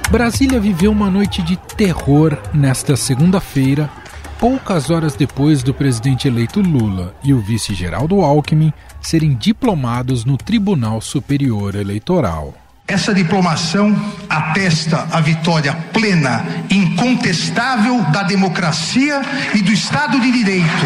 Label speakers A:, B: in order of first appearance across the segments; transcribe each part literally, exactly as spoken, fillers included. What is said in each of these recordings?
A: Brasília viveu uma noite de terror nesta segunda-feira, poucas horas depois do presidente eleito Lula e o vice Geraldo Alckmin serem diplomados no Tribunal Superior Eleitoral.
B: Essa diplomação atesta a vitória plena, incontestável da democracia e do Estado de Direito.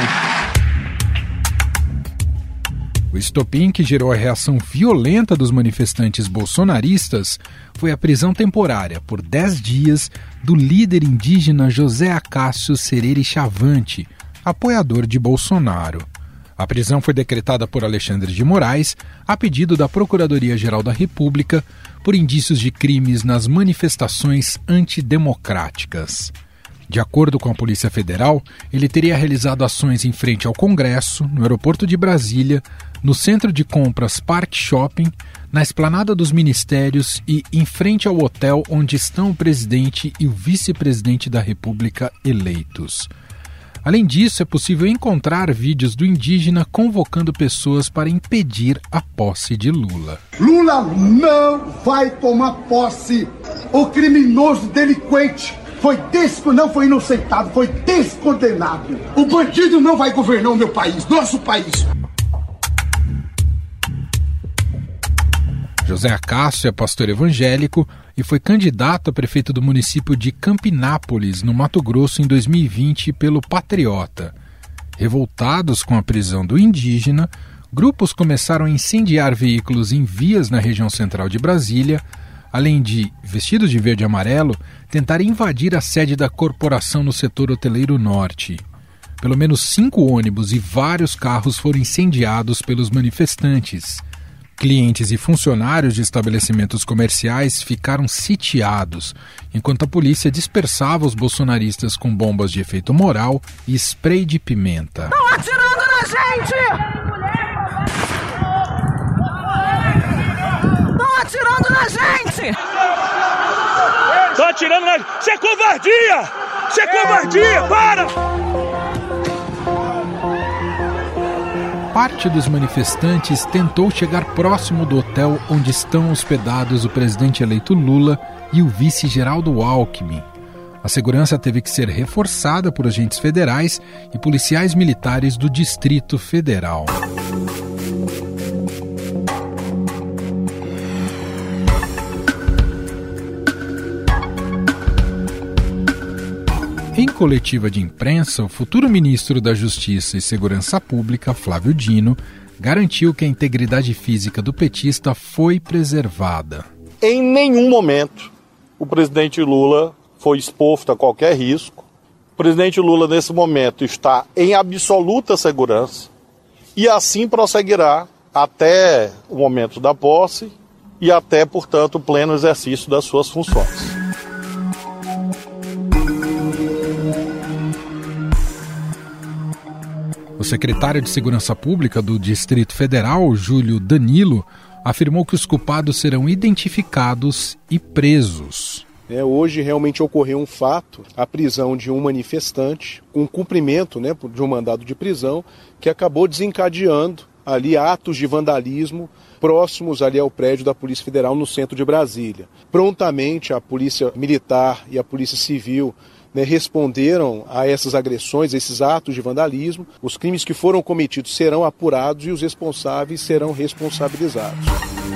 A: O estopim que gerou a reação violenta dos manifestantes bolsonaristas foi a prisão temporária, por dez dias, do líder indígena José Acácio Sereri Chavante, apoiador de Bolsonaro. A prisão foi decretada por Alexandre de Moraes, a pedido da Procuradoria-Geral da República, por indícios de crimes nas manifestações antidemocráticas. De acordo com a Polícia Federal, ele teria realizado ações em frente ao Congresso, no aeroporto de Brasília, no centro de compras Park Shopping, na esplanada dos ministérios e em frente ao hotel onde estão o presidente e o vice-presidente da República eleitos. Além disso, é possível encontrar vídeos do indígena convocando pessoas para impedir a posse de Lula.
C: Lula não vai tomar posse. O criminoso delinquente foi desco, não foi inocentado, foi descondenado. O bandido não vai governar o meu país, nosso país.
A: José Acácio é pastor evangélico e foi candidato a prefeito do município de Campinápolis, no Mato Grosso, em dois mil e vinte, pelo Patriota. Revoltados com a prisão do indígena, grupos começaram a incendiar veículos em vias na região central de Brasília, além de, vestidos de verde e amarelo, tentar invadir a sede da corporação no setor hoteleiro norte. Pelo menos cinco ônibus e vários carros foram incendiados pelos manifestantes. Clientes e funcionários de estabelecimentos comerciais ficaram sitiados, enquanto a polícia dispersava os bolsonaristas com bombas de efeito moral e spray de pimenta.
D: Estão atirando na gente! Estão atirando na gente!
E: Estão atirando na gente! Isso é covardia! Isso é covardia! Para!
A: Parte dos manifestantes tentou chegar próximo do hotel onde estão hospedados o presidente eleito Lula e o vice Geraldo Alckmin. A segurança teve que ser reforçada por agentes federais e policiais militares do Distrito Federal. Em coletiva de imprensa, o futuro ministro da Justiça e Segurança Pública, Flávio Dino, garantiu que a integridade física do petista foi preservada.
F: Em nenhum momento o presidente Lula foi exposto a qualquer risco. O presidente Lula, nesse momento, está em absoluta segurança e assim prosseguirá até o momento da posse e até, portanto, o pleno exercício das suas funções.
A: O secretário de Segurança Pública do Distrito Federal, Júlio Danilo, afirmou que os culpados serão identificados e presos.
G: É, hoje realmente ocorreu um fato, a prisão de um manifestante, com cumprimento, né, de um mandado de prisão, que acabou desencadeando ali atos de vandalismo próximos ali ao prédio da Polícia Federal no centro de Brasília. Prontamente a Polícia Militar e a Polícia Civil Né, responderam a essas agressões, a esses atos de vandalismo. Os crimes que foram cometidos serão apurados e os responsáveis serão responsabilizados.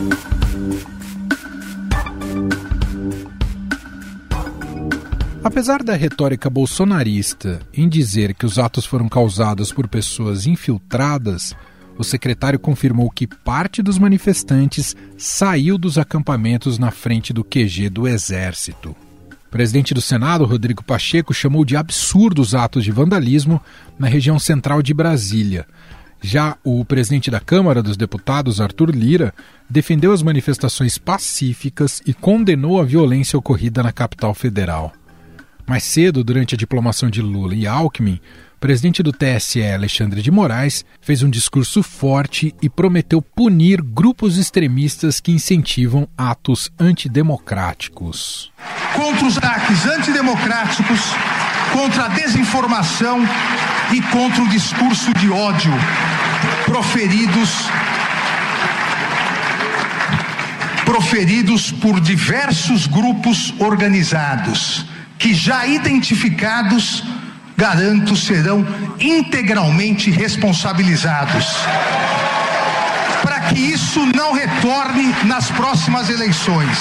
A: Apesar da retórica bolsonarista em dizer que os atos foram causados por pessoas infiltradas, o secretário confirmou que parte dos manifestantes saiu dos acampamentos na frente do Q G do Exército. O presidente do Senado, Rodrigo Pacheco, chamou de absurdos atos de vandalismo na região central de Brasília. Já o presidente da Câmara dos Deputados, Arthur Lira, defendeu as manifestações pacíficas e condenou a violência ocorrida na capital federal. Mais cedo, durante a diplomação de Lula e Alckmin, o presidente do T S E, Alexandre de Moraes, fez um discurso forte e prometeu punir grupos extremistas que incentivam atos antidemocráticos.
B: Contra os ataques antidemocráticos, contra a desinformação e contra o discurso de ódio proferidos proferidos por diversos grupos organizados, que já identificados, garanto, serão integralmente responsabilizados, para que isso não retorne nas próximas eleições.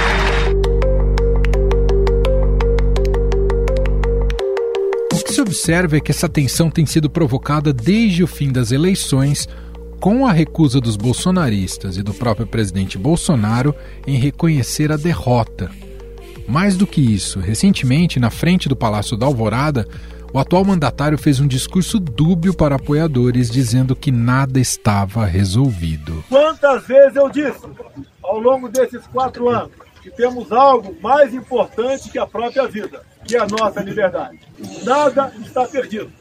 A: O que se observa é que essa tensão tem sido provocada desde o fim das eleições, com a recusa dos bolsonaristas e do próprio presidente Bolsonaro em reconhecer a derrota. Mais do que isso, recentemente, na frente do Palácio da Alvorada, o atual mandatário fez um discurso dúbio para apoiadores, dizendo que nada estava resolvido.
H: Quantas vezes eu disse, ao longo desses quatro anos, que temos algo mais importante que a própria vida, que é a nossa liberdade. Nada está perdido.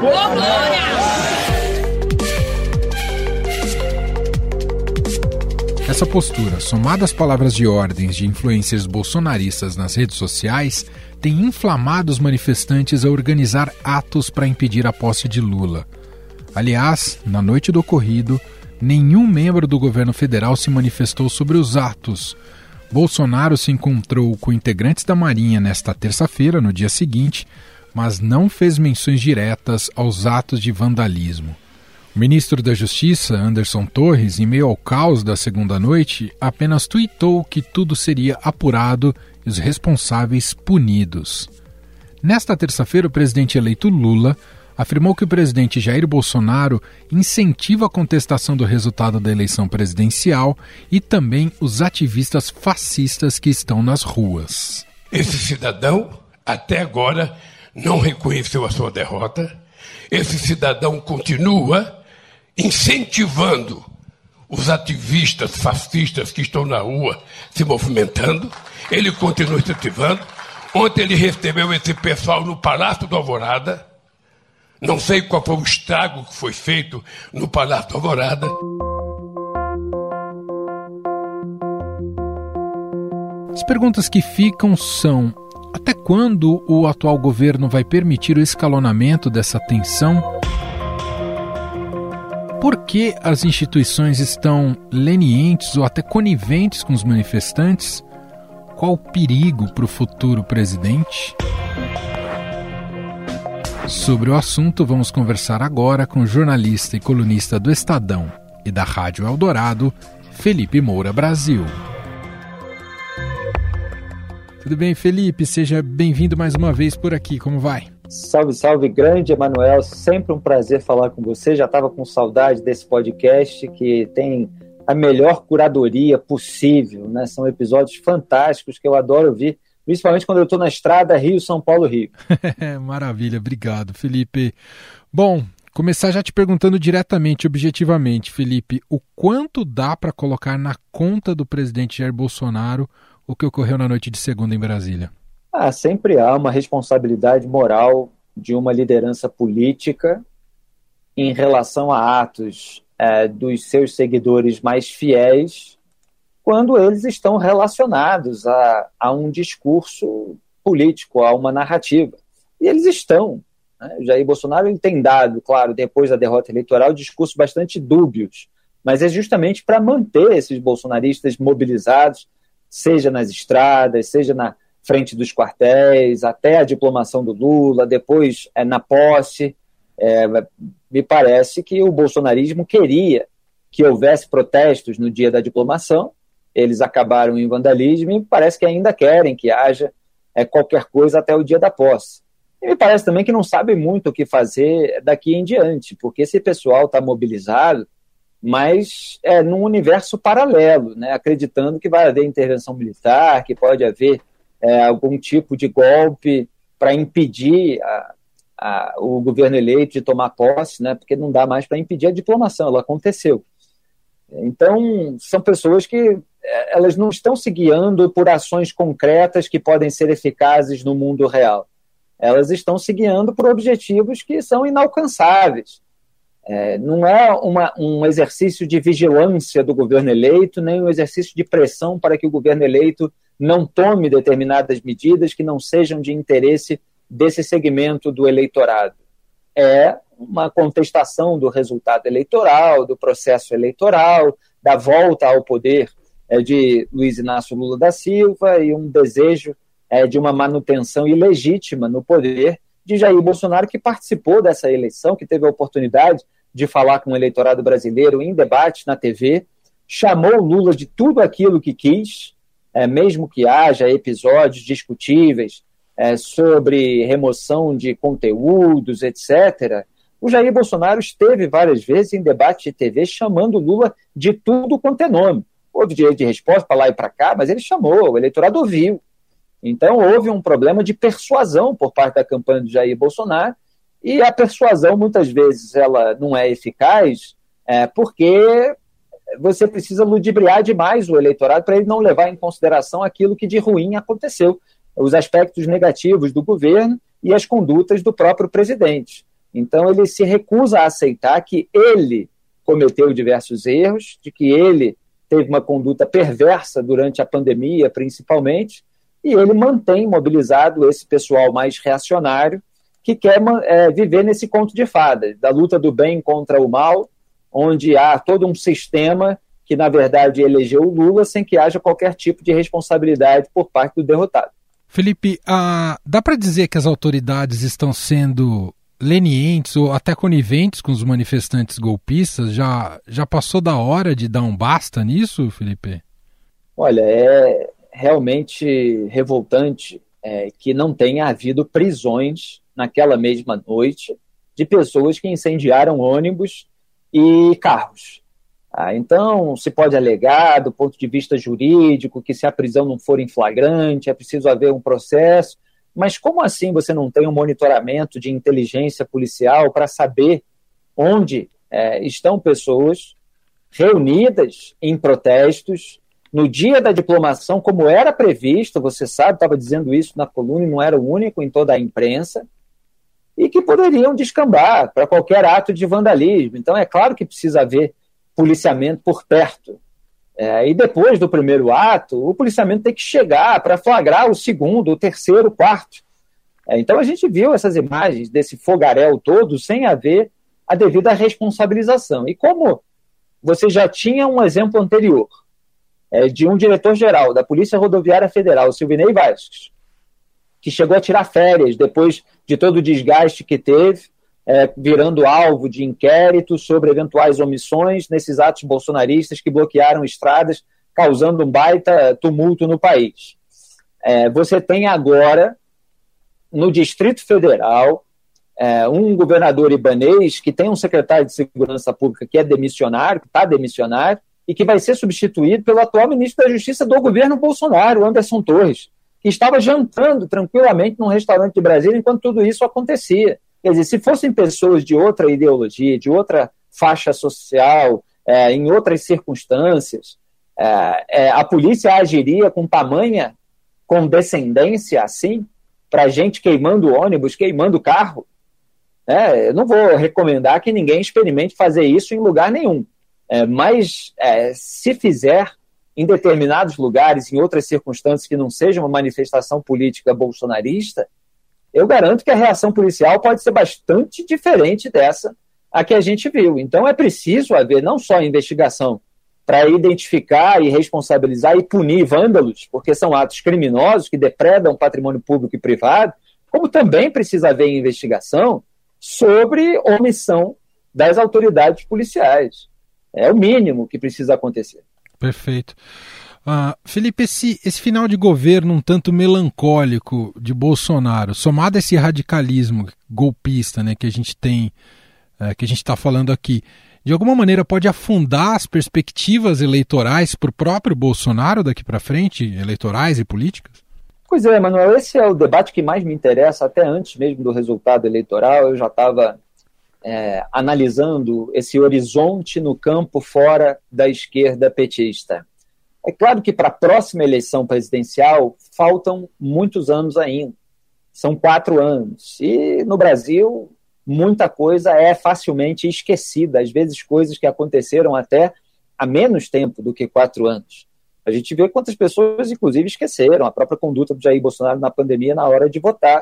A: Essa postura, somada às palavras de ordens de influencers bolsonaristas nas redes sociais, tem inflamado os manifestantes a organizar atos para impedir a posse de Lula. Aliás, na noite do ocorrido, nenhum membro do governo federal se manifestou sobre os atos. Bolsonaro se encontrou com integrantes da Marinha nesta terça-feira, no dia seguinte, mas não fez menções diretas aos atos de vandalismo. O ministro da Justiça, Anderson Torres, em meio ao caos da segunda noite, apenas tuitou que tudo seria apurado e os responsáveis punidos. Nesta terça-feira, o presidente eleito Lula afirmou que o presidente Jair Bolsonaro incentiva a contestação do resultado da eleição presidencial e também os ativistas fascistas que estão nas ruas.
I: Esse cidadão, até agora, não reconheceu a sua derrota. Esse cidadão continua incentivando os ativistas fascistas que estão na rua se movimentando. Ele continua incentivando. Ontem ele recebeu esse pessoal no Palácio do Alvorada. Não sei qual foi o estrago que foi feito no Palácio do Alvorada.
A: As perguntas que ficam são: até quando o atual governo vai permitir o escalonamento dessa tensão? Por que as instituições estão lenientes ou até coniventes com os manifestantes? Qual o perigo para o futuro presidente? Sobre o assunto, vamos conversar agora com o jornalista e colunista do Estadão e da Rádio Eldorado, Felipe Moura Brasil. Tudo bem, Felipe? Seja bem-vindo mais uma vez por aqui. Como vai?
J: Salve, salve, grande Emanuel. Sempre um prazer falar com você. Já estava com saudade desse podcast que tem a melhor curadoria possível, né? São episódios fantásticos que eu adoro ouvir, principalmente quando eu estou na estrada Rio, São Paulo, Rio.
A: Maravilha, obrigado, Felipe. Bom, começar já te perguntando diretamente, objetivamente, Felipe, o quanto dá para colocar na conta do presidente Jair Bolsonaro o que ocorreu na noite de segunda em Brasília?
J: Ah, sempre há uma responsabilidade moral de uma liderança política em relação a atos é, dos seus seguidores mais fiéis quando eles estão relacionados a, a um discurso político, a uma narrativa. E eles estão. Né? O Jair Bolsonaro ele tem dado, claro, depois da derrota eleitoral, discursos bastante dúbios, mas é justamente para manter esses bolsonaristas mobilizados, seja nas estradas, seja na frente dos quartéis, até a diplomação do Lula, depois é, na posse. É, me parece que o bolsonarismo queria que houvesse protestos no dia da diplomação, eles acabaram em vandalismo e parece que ainda querem que haja é, qualquer coisa até o dia da posse. E me parece também que não sabem muito o que fazer daqui em diante, porque esse pessoal está mobilizado, mas é num universo paralelo, né, acreditando que vai haver intervenção militar, que pode haver É, algum tipo de golpe para impedir a, a, o governo eleito de tomar posse, né, porque não dá mais para impedir a diplomação, ela aconteceu. Então, são pessoas que elas não estão se guiando por ações concretas que podem ser eficazes no mundo real. Elas estão se guiando por objetivos que são inalcançáveis. É, não é uma, um exercício de vigilância do governo eleito, nem um exercício de pressão para que o governo eleito não tome determinadas medidas que não sejam de interesse desse segmento do eleitorado. É uma contestação do resultado eleitoral, do processo eleitoral, da volta ao poder é, de Luiz Inácio Lula da Silva e um desejo é, de uma manutenção ilegítima no poder de Jair Bolsonaro, que participou dessa eleição, que teve a oportunidade de falar com o eleitorado brasileiro em debate na T V, chamou Lula de tudo aquilo que quis, é, mesmo que haja episódios discutíveis é, sobre remoção de conteúdos, etcétera. O Jair Bolsonaro esteve várias vezes em debate de T V chamando Lula de tudo quanto é nome. Houve direito de resposta para lá e para cá, mas ele chamou, o eleitorado ouviu. Então houve um problema de persuasão por parte da campanha do Jair Bolsonaro, e a persuasão muitas vezes ela não é eficaz é, porque você precisa ludibriar demais o eleitorado para ele não levar em consideração aquilo que de ruim aconteceu, os aspectos negativos do governo e as condutas do próprio presidente. Então ele se recusa a aceitar que ele cometeu diversos erros, de que ele teve uma conduta perversa durante a pandemia, principalmente, e ele mantém mobilizado esse pessoal mais reacionário que quer é, viver nesse conto de fadas, da luta do bem contra o mal, onde há todo um sistema que, na verdade, elegeu o Lula sem que haja qualquer tipo de responsabilidade por parte do derrotado.
A: Felipe, ah, dá para dizer que as autoridades estão sendo lenientes ou até coniventes com os manifestantes golpistas? Já, já passou da hora de dar um basta nisso, Felipe?
J: Olha, é realmente revoltante é, que não tenha havido prisões naquela mesma noite de pessoas que incendiaram ônibus e carros. Ah, então, se pode alegar, do ponto de vista jurídico, que se a prisão não for em flagrante, é preciso haver um processo. Mas como assim você não tem um monitoramento de inteligência policial para saber onde é, estão pessoas reunidas em protestos no dia da diplomação, como era previsto, você sabe, estava dizendo isso na coluna e não era o único em toda a imprensa, e que poderiam descambar para qualquer ato de vandalismo. Então é claro que precisa haver policiamento por perto. É, e depois do primeiro ato, o policiamento tem que chegar para flagrar o segundo, o terceiro, o quarto. É, então a gente viu essas imagens desse fogaréu todo sem haver a devida responsabilização. E como você já tinha um exemplo anterior é, de um diretor-geral da Polícia Rodoviária Federal, Silvinei Vasquez, que chegou a tirar férias depois de todo o desgaste que teve, é, virando alvo de inquérito sobre eventuais omissões nesses atos bolsonaristas que bloquearam estradas, causando um baita tumulto no país. É, você tem agora, no Distrito Federal, é, um governador ibanês que tem um secretário de Segurança Pública que é demissionário, que está demissionário, e que vai ser substituído pelo atual ministro da Justiça do governo Bolsonaro, Anderson Torres, que estava jantando tranquilamente num restaurante de Brasília enquanto tudo isso acontecia. Quer dizer, se fossem pessoas de outra ideologia, de outra faixa social, é, em outras circunstâncias, é, é, a polícia agiria com tamanha condescendência assim, para gente queimando ônibus, queimando carro? É, eu não vou recomendar que ninguém experimente fazer isso em lugar nenhum. É, mas é, se fizer em determinados lugares, em outras circunstâncias que não seja uma manifestação política bolsonarista, eu garanto que a reação policial pode ser bastante diferente dessa a que a gente viu. Então é preciso haver não só investigação para identificar e responsabilizar e punir vândalos, porque são atos criminosos que depredam patrimônio público e privado, como também precisa haver investigação sobre omissão das autoridades policiais. É o mínimo que precisa acontecer.
A: Perfeito. Uh, Felipe, esse, esse final de governo um tanto melancólico de Bolsonaro, somado a esse radicalismo golpista, né, que a gente tem, uh, que a gente está falando aqui, de alguma maneira pode afundar as perspectivas eleitorais para o próprio Bolsonaro daqui para frente, eleitorais e políticas?
J: Pois é, Manuel, esse é o debate que mais me interessa, até antes mesmo do resultado eleitoral. Eu já estava é, analisando esse horizonte no campo fora da esquerda petista. É claro que para a próxima eleição presidencial faltam muitos anos ainda, são quatro anos, e no Brasil muita coisa é facilmente esquecida, às vezes coisas que aconteceram até há menos tempo do que quatro anos. A gente vê quantas pessoas, inclusive, esqueceram a própria conduta do Jair Bolsonaro na pandemia na hora de votar.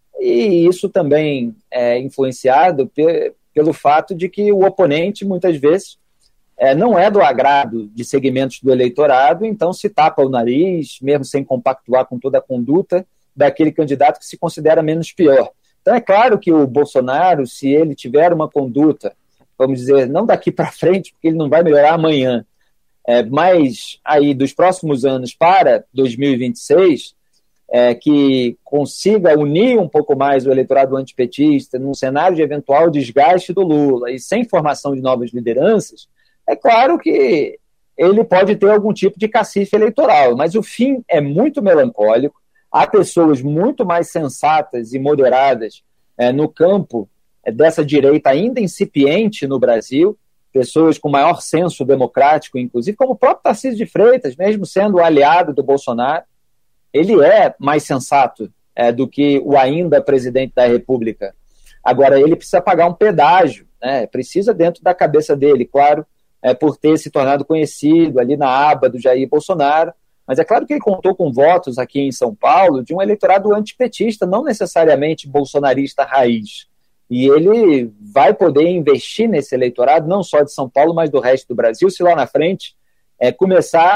J: E isso também é influenciado pe- pelo fato de que o oponente, muitas vezes, é, não é do agrado de segmentos do eleitorado, então se tapa o nariz, mesmo sem compactuar com toda a conduta daquele candidato que se considera menos pior. Então é claro que o Bolsonaro, se ele tiver uma conduta, vamos dizer, não daqui para frente, porque ele não vai melhorar amanhã, é, mas aí dos próximos anos para dois mil e vinte e seis, é, que consiga unir um pouco mais o eleitorado antipetista num cenário de eventual desgaste do Lula e sem formação de novas lideranças, é claro que ele pode ter algum tipo de cacife eleitoral, mas o fim é muito melancólico. Há pessoas muito mais sensatas e moderadas é, no campo é, dessa direita ainda incipiente no Brasil, pessoas com maior senso democrático, inclusive, como o próprio Tarcísio de Freitas, mesmo sendo aliado do Bolsonaro, ele é mais sensato é, do que o ainda presidente da República. Agora, ele precisa pagar um pedágio, né? Precisa dentro da cabeça dele, claro, é, por ter se tornado conhecido ali na aba do Jair Bolsonaro, mas é claro que ele contou com votos aqui em São Paulo de um eleitorado antipetista, não necessariamente bolsonarista raiz. E ele vai poder investir nesse eleitorado, não só de São Paulo, mas do resto do Brasil, se lá na frente é, começar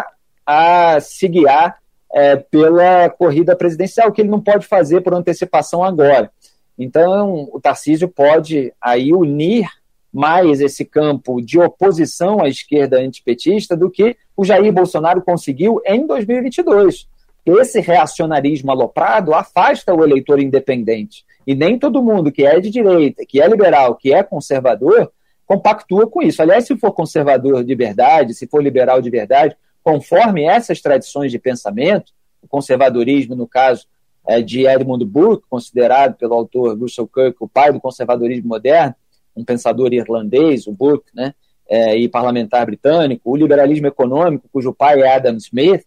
J: a se guiar é, pela corrida presidencial, que ele não pode fazer por antecipação agora. Então, o Tarcísio pode aí unir mais esse campo de oposição à esquerda antipetista do que o Jair Bolsonaro conseguiu em dois mil e vinte e dois. Esse reacionarismo aloprado afasta o eleitor independente. E nem todo mundo que é de direita, que é liberal, que é conservador, compactua com isso. Aliás, se for conservador de verdade, se for liberal de verdade, conforme essas tradições de pensamento, o conservadorismo, no caso é, de Edmund Burke, considerado pelo autor Russell Kirk o pai do conservadorismo moderno, um pensador irlandês, o Burke, né, é, e parlamentar britânico, o liberalismo econômico, cujo pai é Adam Smith,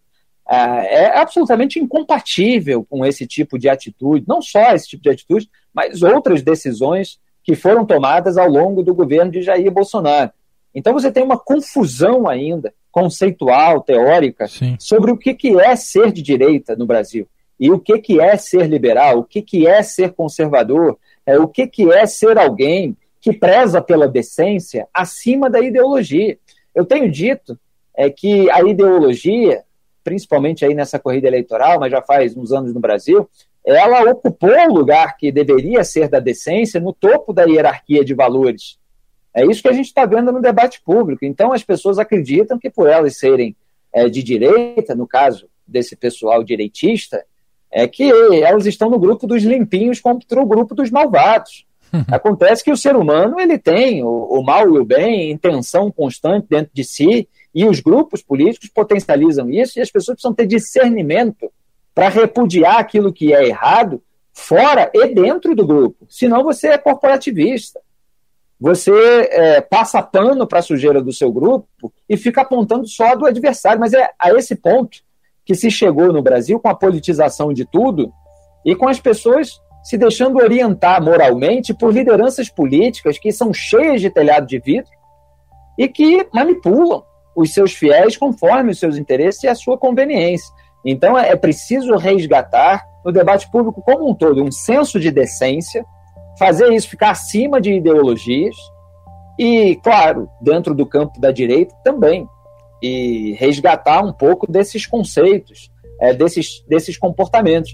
J: é, é absolutamente incompatível com esse tipo de atitude, não só esse tipo de atitude, mas outras decisões que foram tomadas ao longo do governo de Jair Bolsonaro. Então você tem uma confusão ainda, conceitual, teórica, Sim. sobre o que, que é ser de direita no Brasil, e o que, que é ser liberal, o que, que é ser conservador, é, o que, que é ser alguém que preza pela decência acima da ideologia. Eu tenho dito é, que a ideologia, principalmente aí nessa corrida eleitoral, mas já faz uns anos no Brasil, ela ocupou o lugar que deveria ser da decência no topo da hierarquia de valores. É isso que a gente está vendo no debate público. Então as pessoas acreditam que por elas serem é, de direita, no caso desse pessoal direitista, é que elas estão no grupo dos limpinhos contra o grupo dos malvados. Acontece que o ser humano ele tem o, o mal e o bem em tensão constante dentro de si, e os grupos políticos potencializam isso, e as pessoas precisam ter discernimento para repudiar aquilo que é errado fora e dentro do grupo. Senão você é corporativista. Você é, passa pano para a sujeira do seu grupo e fica apontando só do adversário. Mas é a esse ponto que se chegou no Brasil, com a politização de tudo e com as pessoas se deixando orientar moralmente por lideranças políticas que são cheias de telhado de vidro e que manipulam os seus fiéis conforme os seus interesses e a sua conveniência. Então é preciso resgatar no debate público como um todo um senso de decência, fazer isso ficar acima de ideologias e, claro, dentro do campo da direita também, e resgatar um pouco desses conceitos, é, desses, desses comportamentos.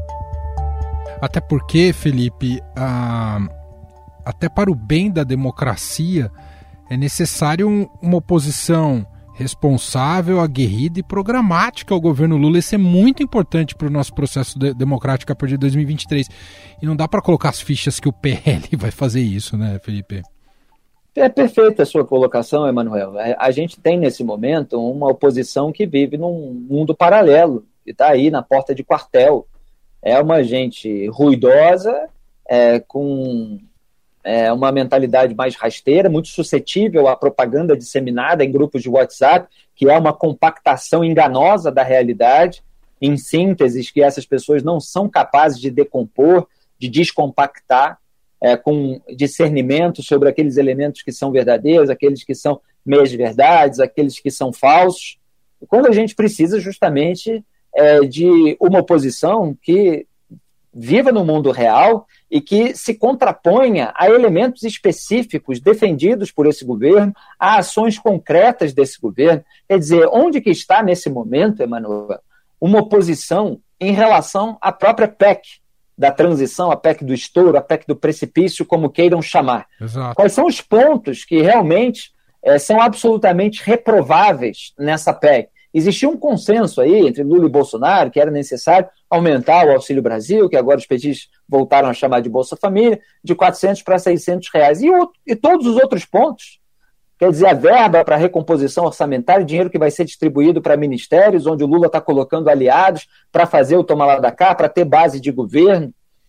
A: Até porque, Felipe, a... até para o bem da democracia é necessário um, uma oposição responsável, aguerrida e programática ao governo Lula. Isso é muito importante para o nosso processo de- democrático a partir de dois mil e vinte e três. E não dá para colocar as fichas que o P L vai fazer isso, né, Felipe?
J: É perfeita a sua colocação, Emanuel. A gente tem, nesse momento, uma oposição que vive num mundo paralelo, e está aí na porta de quartel. É uma gente ruidosa, é, com é, uma mentalidade mais rasteira, muito suscetível à propaganda disseminada em grupos de WhatsApp, que é uma compactação enganosa da realidade, em sínteses que essas pessoas não são capazes de decompor, de descompactar, é, com discernimento sobre aqueles elementos que são verdadeiros, aqueles que são meias-verdades, aqueles que são falsos. E quando a gente precisa justamente é, de uma oposição que viva no mundo real e que se contraponha a elementos específicos defendidos por esse governo, a ações concretas desse governo. Quer dizer, onde que está nesse momento, Emanuel, uma oposição em relação à própria P E C da transição, a P E C do estouro, a P E C do precipício, como queiram chamar.
A: Exato.
J: Quais são os pontos que realmente é, são absolutamente reprováveis nessa P E C? Existia um consenso aí entre Lula e Bolsonaro que era necessário aumentar o Auxílio Brasil, que agora os petistas voltaram a chamar de Bolsa Família, de quatrocentos para seiscentos reais. E, o, e todos os outros pontos, quer dizer, a verba para recomposição orçamentária, dinheiro que vai ser distribuído para ministérios, onde o Lula está colocando aliados para fazer o toma lá da cá, para ter base de governo.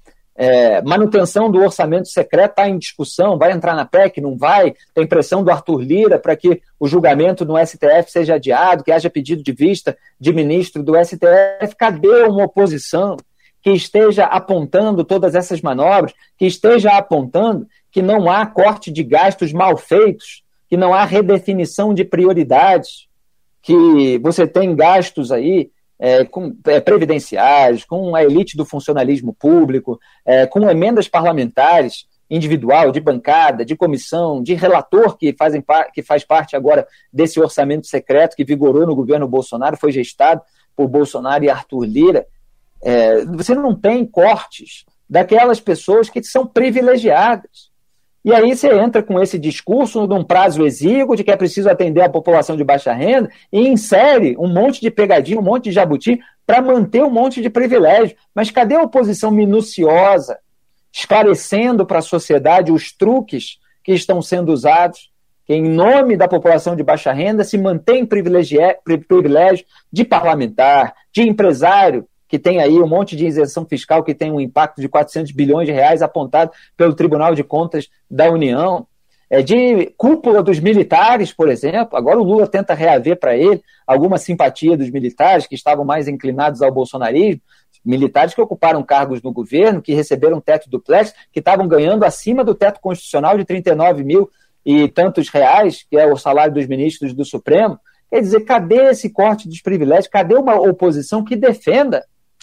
J: É, manutenção do orçamento secreto está em discussão, vai entrar na P E C, não vai? Tem pressão do Arthur Lira para que o julgamento no S T F seja adiado, que haja pedido de vista de ministro do S T F. Cadê uma oposição que esteja apontando todas essas manobras, que esteja apontando que não há corte de gastos mal feitos, que não há redefinição de prioridades, que você tem gastos aí É, com, é, previdenciários, com a elite do funcionalismo público, é, com emendas parlamentares, individual, de bancada, de comissão, de relator que, fazem que faz parte agora desse orçamento secreto que vigorou no governo Bolsonaro, foi gestado por Bolsonaro e Arthur Lira. É, você não tem cortes daquelas pessoas que são privilegiadas. E aí você entra com esse discurso num prazo exíguo de que é preciso atender a população de baixa renda e insere um monte de pegadinha, um monte de jabuti para manter um monte de privilégio. Mas cadê a oposição minuciosa, esclarecendo para a sociedade os truques que estão sendo usados, que em nome da população de baixa renda se mantém privilégio de parlamentar, de empresário, que tem aí um monte de isenção fiscal que tem um impacto de quatrocentos bilhões de reais apontado pelo Tribunal de Contas da União, é, de cúpula dos militares, por exemplo. Agora o Lula tenta reaver para ele alguma simpatia dos militares que estavam mais inclinados ao bolsonarismo, militares que ocuparam cargos no governo, que receberam teto duplex, que estavam ganhando acima do teto constitucional de trinta e nove mil e tantos reais, que é o salário dos ministros do Supremo. Quer dizer, cadê esse corte dos privilégios? Cadê uma oposição que defenda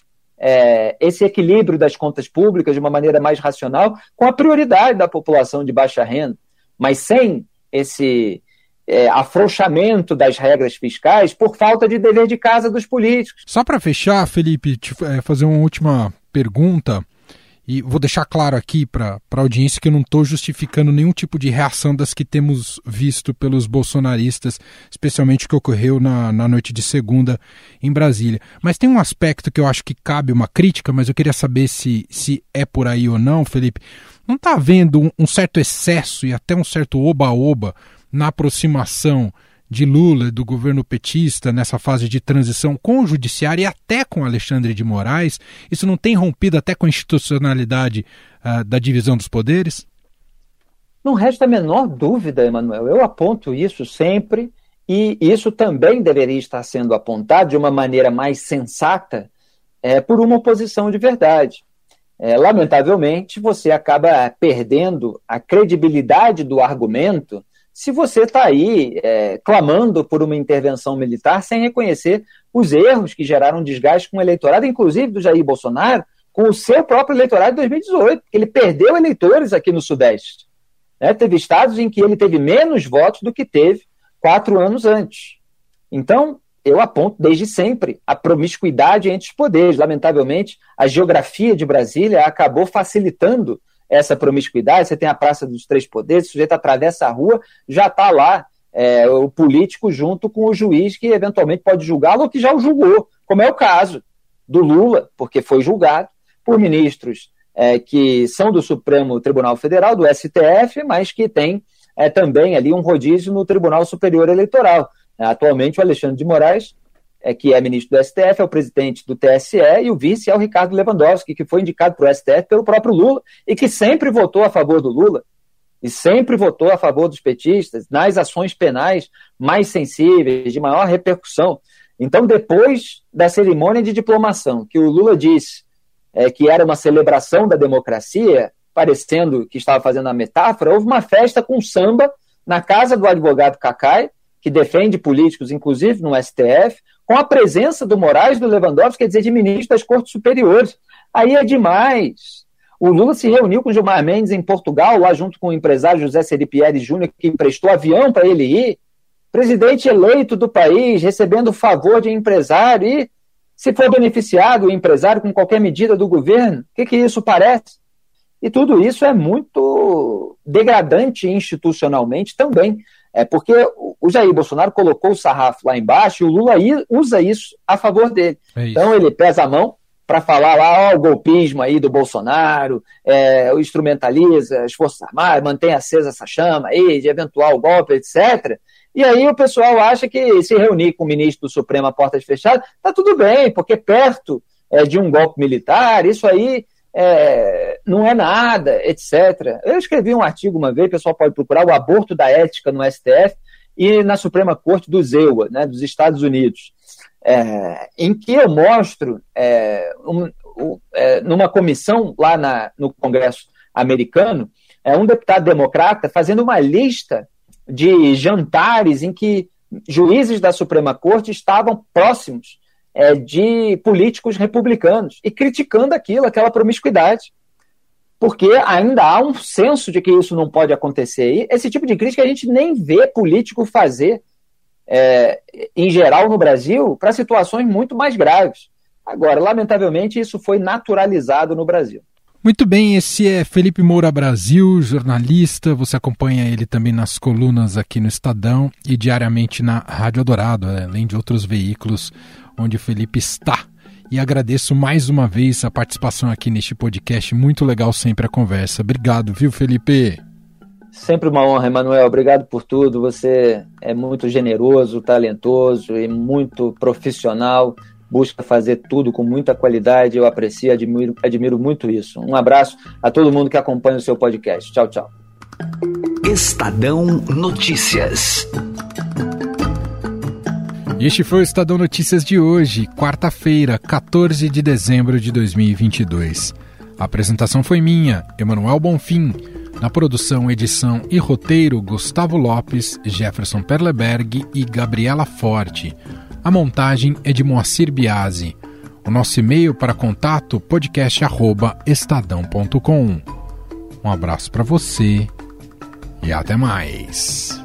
J: É, esse equilíbrio das contas públicas de uma maneira mais racional, com a prioridade da população de baixa renda, mas sem esse é, afrouxamento das regras fiscais por falta de dever de casa dos políticos.
A: Só para fechar, Felipe, te, é, fazer uma última pergunta, e vou deixar claro aqui para a audiência que eu não estou justificando nenhum tipo de reação das que temos visto pelos bolsonaristas, especialmente o que ocorreu na, na noite de segunda em Brasília. Mas tem um aspecto que eu acho que cabe uma crítica, mas eu queria saber se, se é por aí ou não, Felipe. Não está havendo um, um certo excesso e até um certo oba-oba na aproximação de Lula, do governo petista, nessa fase de transição com o judiciário e até com Alexandre de Moraes? Isso não tem rompido até com a institucionalidade uh, da divisão dos poderes?
J: Não resta a menor dúvida, Emanuel. Eu aponto isso sempre e isso também deveria estar sendo apontado de uma maneira mais sensata é, por uma oposição de verdade. É, lamentavelmente, você acaba perdendo a credibilidade do argumento se você está aí é, clamando por uma intervenção militar sem reconhecer os erros que geraram desgaste com o eleitorado, inclusive do Jair Bolsonaro, com o seu próprio eleitorado de dois mil e dezoito, porque ele perdeu eleitores aqui no Sudeste. Né? Teve estados em que ele teve menos votos do que teve quatro anos antes. Então, eu aponto desde sempre a promiscuidade entre os poderes. Lamentavelmente, a geografia de Brasília acabou facilitando essa promiscuidade. Você tem a Praça dos Três Poderes, o sujeito atravessa a rua, já está lá é, o político junto com o juiz que eventualmente pode julgá-lo ou que já o julgou, como é o caso do Lula, porque foi julgado por ministros é, que são do Supremo Tribunal Federal, do S T F, mas que tem é, também ali um rodízio no Tribunal Superior Eleitoral. Atualmente o Alexandre de Moraes, é, que é ministro do S T F, é o presidente do T S E, e o vice é o Ricardo Lewandowski, que foi indicado para o S T F pelo próprio Lula, e que sempre votou a favor do Lula, e sempre votou a favor dos petistas, nas ações penais mais sensíveis, de maior repercussão. Então, depois da cerimônia de diplomação, que o Lula disse é, que era uma celebração da democracia, parecendo que estava fazendo a metáfora, houve uma festa com samba na casa do advogado Cacai, que defende políticos, inclusive no S T F, com a presença do Moraes, do Lewandowski, quer dizer, de ministros das Cortes Superiores. Aí é demais. O Lula se reuniu com Gilmar Mendes em Portugal, lá junto com o empresário José Seripieri Júnior, que emprestou avião para ele ir. Presidente eleito do país, recebendo o favor de empresário, e se for beneficiado o empresário com qualquer medida do governo, o que, que isso parece? E tudo isso é muito degradante institucionalmente também. É porque o Jair Bolsonaro colocou o sarrafo lá embaixo e o Lula usa isso a favor dele. É então ele pesa a mão para falar lá, ó, o golpismo aí do Bolsonaro, é, o instrumentaliza as Forças Armadas, mantém acesa essa chama aí de eventual golpe, etcétera. E aí o pessoal acha que se reunir com o ministro do Supremo a portas fechadas, tá tudo bem, porque perto é, de um golpe militar, isso aí é, não é nada, etcétera. Eu escrevi um artigo uma vez, o pessoal pode procurar, o aborto da ética no S T F e na Suprema Corte do Z E U A, né, dos Estados Unidos, é, em que eu mostro é, um, um, é, numa comissão lá na, no Congresso americano, é, um deputado democrata fazendo uma lista de jantares em que juízes da Suprema Corte estavam próximos é, de políticos republicanos e criticando aquilo, aquela promiscuidade, porque ainda há um senso de que isso não pode acontecer. E esse tipo de crítica a gente nem vê político fazer, é, em geral no Brasil, para situações muito mais graves. Agora, lamentavelmente, isso foi naturalizado no Brasil.
A: Muito bem, esse é Felipe Moura Brasil, jornalista. Você acompanha ele também nas colunas aqui no Estadão e diariamente na Rádio Eldorado, além de outros veículos onde o Felipe está. E agradeço mais uma vez a participação aqui neste podcast. Muito legal sempre a conversa. Obrigado, viu, Felipe?
J: Sempre uma honra, Emanuel. Obrigado por tudo. Você é muito generoso, talentoso e muito profissional. Busca fazer tudo com muita qualidade, eu aprecio e admiro, admiro muito isso. Um abraço a todo mundo que acompanha o seu podcast. Tchau, tchau.
K: Estadão Notícias.
A: Este foi o Estadão Notícias de hoje, quarta-feira, quatorze de dezembro de dois mil e vinte e dois. A apresentação foi minha, Emanuel Bonfim. Na produção, edição e roteiro, Gustavo Lopes, Jefferson Perleberg e Gabriela Forte. A montagem é de Moacir Biasi. O nosso e-mail para contato, podcast arroba estadão ponto com. Um abraço para você e até mais.